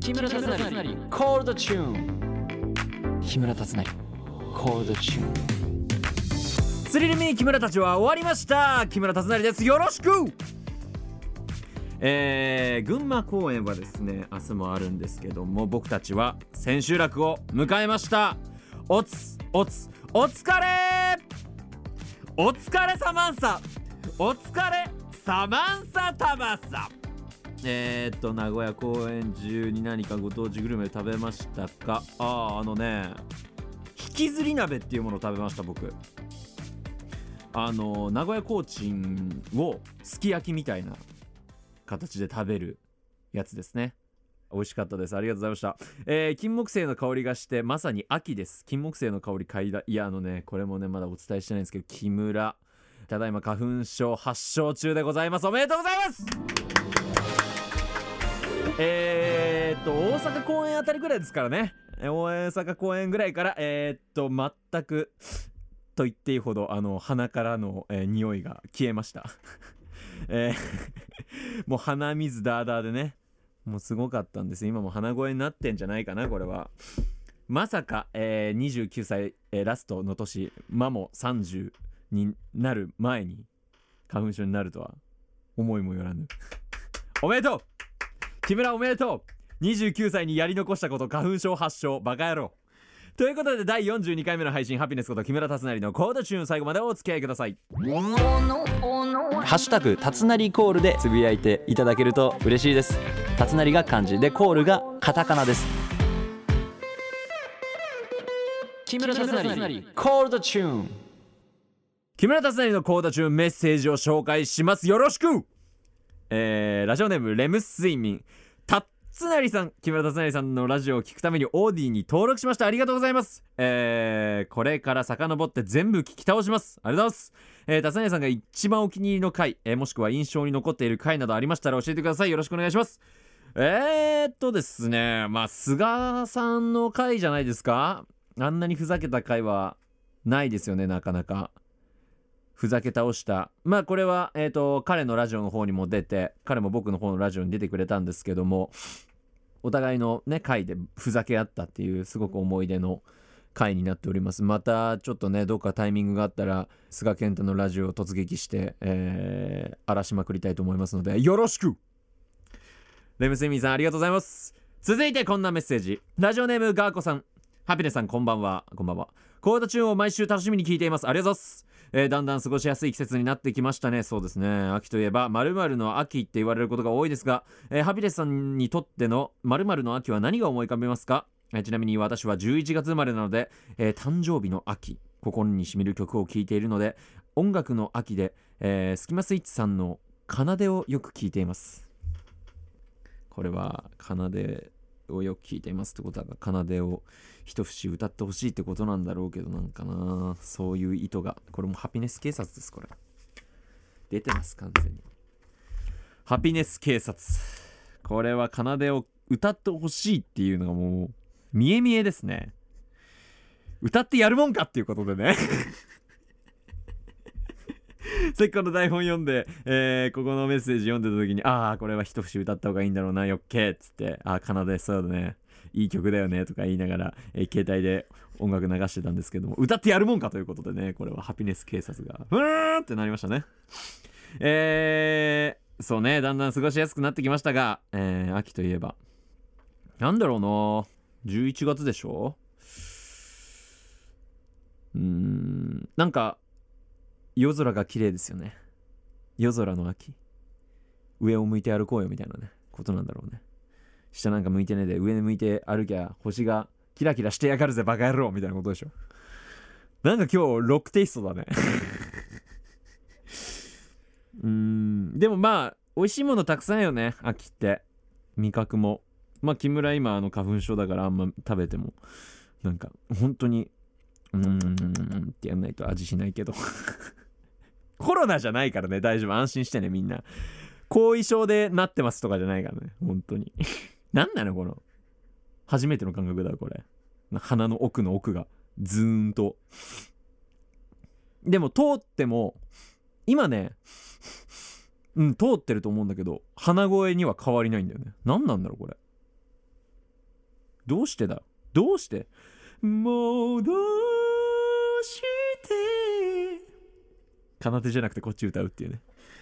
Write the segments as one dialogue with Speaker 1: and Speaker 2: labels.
Speaker 1: 木村達成コールドチューン。木村達成コールドチューン。スリルミー木村たちは終わりました。木村達成です。よろしく。群馬公演はですね、明日もあるんですけども、僕たちは千秋楽を迎えました。お疲れサマンサ、お疲れサマンサタバサ。名古屋公演中に何かご当地グルメ食べましたか？引きずり鍋っていうものを食べました。僕名古屋コーチンをすき焼きみたいな形で食べるやつですね。美味しかったです。ありがとうございました。金木犀の香りがしてまさに秋です。金木犀の香り嗅いだ。いやこれもねまだお伝えしてないんですけど、木村ただいま花粉症発症中でございます。おめでとうございます。大阪公演あたりぐらいですからね。大阪公演ぐらいから全くと言っていいほど鼻からの、匂いが消えましたもう鼻水ダーダーでね、もうすごかったんです。今も鼻声になってんじゃないかな。これはまさか、29歳、ラストの年、も30になる前に花粉症になるとは思いもよらぬおめでとう木村、おめでとう。29歳にやり残したこと、花粉症発症、バカ野郎。ということで第42回目の配信、ハピネスこと木村達成のコードチューン、最後までお付き合いください。ハッシュタグ達成コールでつぶやいていただけると嬉しいです。達成が漢字でコールがカタカナです。木村達成コールドチューン。木村達成のコードチューン、メッセージを紹介します。よろしく。ラジオネームレム睡眠。達成さん、木村達成さんのラジオを聞くためにオーディに登録しました。ありがとうございます。これから遡って全部聞き倒します。ありがとうございます。達成さんが一番お気に入りの回、もしくは印象に残っている回などありましたら教えてください。よろしくお願いします。ですね、菅さんの回じゃないですか。あんなにふざけた回はないですよね。なかなかふざけ倒した。これは彼のラジオの方にも出て、彼も僕の方のラジオに出てくれたんですけども、お互いのね回でふざけ合ったっていうすごく思い出の回になっております。またちょっとね、どっかタイミングがあったら菅健太のラジオを突撃して、荒らしまくりたいと思いますのでよろしく。レムセミさん、ありがとうございます。続いてこんなメッセージ。ラジオネームガーコさん。ハピネさん、こんばんは。こんばんは。コードチューンを毎週楽しみに聞いています。ありがとうございます。だんだん過ごしやすい季節になってきましたね。そうですね。秋といえば〇〇の秋って言われることが多いですが、ハピネさんにとっての〇〇の秋は何が思い浮かべますか？ちなみに私は11月生まれなので、誕生日の秋、心に染みる曲を聴いているので、音楽の秋で、スキマスイッチさんの奏でをよく聴いています。これは奏でをよく聴いていますってことは、奏でを一節歌ってほしいってことなんだろうけど、なんかな、そういう意図が。これもハピネス警察です。これ出てます、完全に。ハピネス警察、これは奏でを歌ってほしいっていうのがもう見え見えですね。歌ってやるもんかっていうことでねさっきこの台本読んで、ここのメッセージ読んでた時に、これは一節歌った方がいいんだろうな、よっけっつって、奏でそうだね、いい曲だよねとか言いながら、携帯で音楽流してたんですけども、歌ってやるもんかということでね、これはハピネス警察がふーってなりましたね。そうね、だんだん過ごしやすくなってきましたが、秋といえばなんだろうな、11月でしょ。なんか夜空が綺麗ですよね。夜空の秋、上を向いて歩こうよみたいなねことなんだろうね。下なんか向いてねえで上に向いて歩きゃ星がキラキラしてやがるぜバカ野郎みたいなことでしょ。なんか今日ロックテイストだねでも美味しいものたくさんよね、秋って。味覚も木村今花粉症だからあんま食べてもなんか本当にってやんないと味しないけどコロナじゃないからね、大丈夫、安心してね。みんな後遺症でなってますとかじゃないからね、本当になんなのこの初めての感覚だこれ。鼻の奥の奥がズーンと。でも通っても今ね通ってると思うんだけど、鼻声には変わりないんだよね。なんなんだろうこれ。 どうして戻して奏手じゃなくてこっち歌うっていうね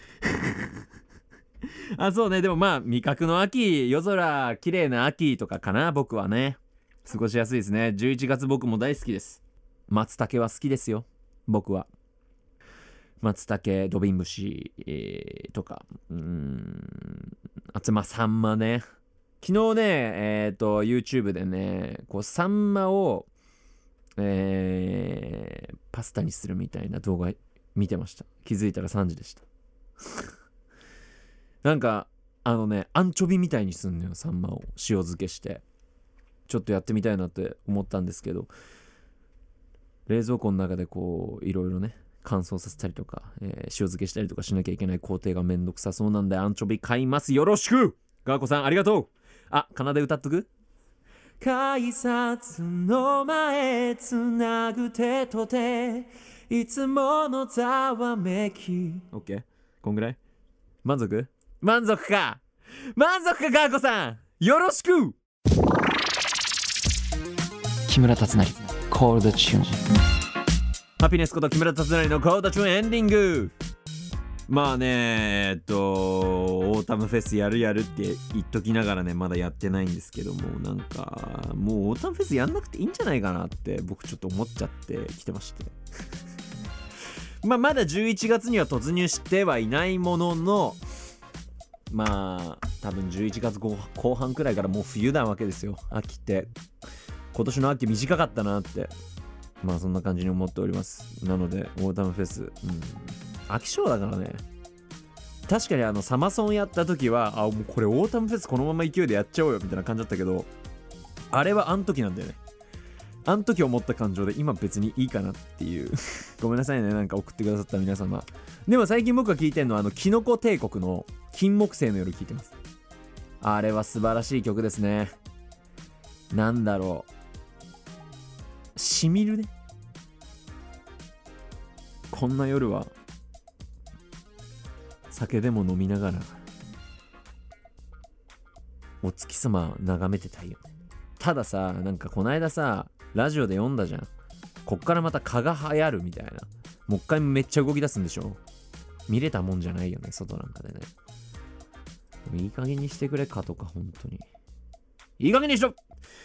Speaker 1: そうね。でもまあ味覚の秋、夜空綺麗な秋とかかな。僕はね過ごしやすいですね。11月僕も大好きです。松茸は好きですよ。僕は松茸、土瓶蒸し、とかあとサンマね。昨日ねYouTube でねこうサンマをパスタにするみたいな動画見てました。気づいたら3時でしたなんかアンチョビみたいにすんのよ、サンマを塩漬けして。ちょっとやってみたいなって思ったんですけど、冷蔵庫の中でこういろいろね乾燥させたりとか、塩漬けしたりとかしなきゃいけない工程がめんどくさそうなんで、アンチョビ買います。よろしく。ガーコさんありがとう。奏で歌っとく。改札の前つなぐ手と手、いつものざわめき。オッケー、こんぐらい。満足かガーコさんよろしく。木村達成コールドチューン。ハピネスこと木村達成のコールドチューンエンディング。まあねオータムフェスやるって言っときながらねまだやってないんですけども、なんかもうオータムフェスやんなくていいんじゃないかなって僕ちょっと思っちゃってきてましてまだ11月には突入してはいないものの、まあ多分11月後半くらいからもう冬なわけですよ。秋って今年の秋短かったなってまあそんな感じに思っております。なのでオータムフェス、飽き性だからね。確かにサマソンやった時はもうこれオータムフェスこのまま勢いでやっちゃおうよみたいな感じだったけど、あれはあん時なんだよね。あん時思った感情で今別にいいかなっていうごめんなさいね、なんか送ってくださった皆様。でも最近僕が聞いてんのはキノコ帝国の金木犀の夜聞いてます。あれは素晴らしい曲ですね。なんだろう、しみるね。こんな夜は酒でも飲みながらお月様眺めてたいよね。たださ、なんかこないださラジオで読んだじゃん。こっからまた蚊が流行るみたいな。もう一回めっちゃ動き出すんでしょ。見れたもんじゃないよね、外なんかでね。でもいい加減にしてくれ、蚊とか本当にいい加減にしろ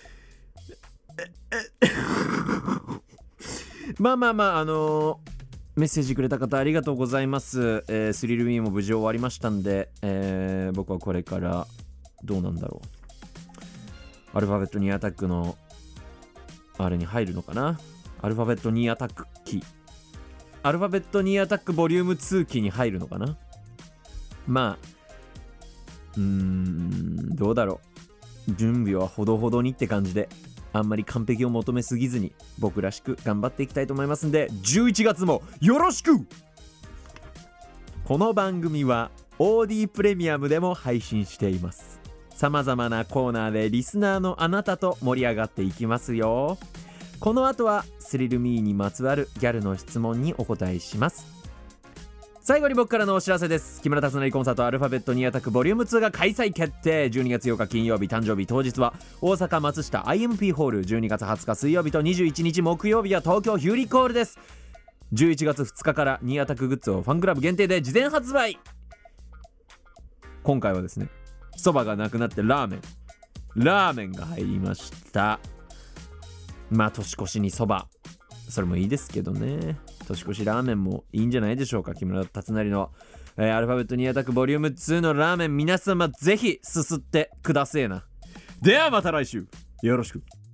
Speaker 1: まあメッセージくれた方ありがとうございます。スリルウィーも無事終わりましたんで、僕はこれからどうなんだろう。アルファベット2アタックのあれに入るのかな。アルファベット2アタック期、アルファベット2アタックボリューム2期に入るのかな。まあどうだろう。準備はほどほどにって感じで、あんまり完璧を求めすぎずに僕らしく頑張っていきたいと思いますんで、11月もよろしく。この番組は OD プレミアムでも配信しています。さまざまなコーナーでリスナーのあなたと盛り上がっていきますよ。この後はスリルミーにまつわるギャルの質問にお答えします。最後に僕からのお知らせです。木村達成コンサートアルファベット2アタックボリューム2が開催決定。12月8日金曜日誕生日当日は大阪松下 IMP ホール、12月20日水曜日と21日木曜日は東京ヒューリコールです。11月2日から2アタックグッズをファンクラブ限定で事前発売。今回はですね、そばがなくなってラーメンが入りました。まあ年越しにそば、それもいいですけどね、年越しラーメンもいいんじゃないでしょうか。木村達成の、アルファベット2アタックボリューム2のラーメン、皆様ぜひすすってくだせえな。ではまた来週よろしく。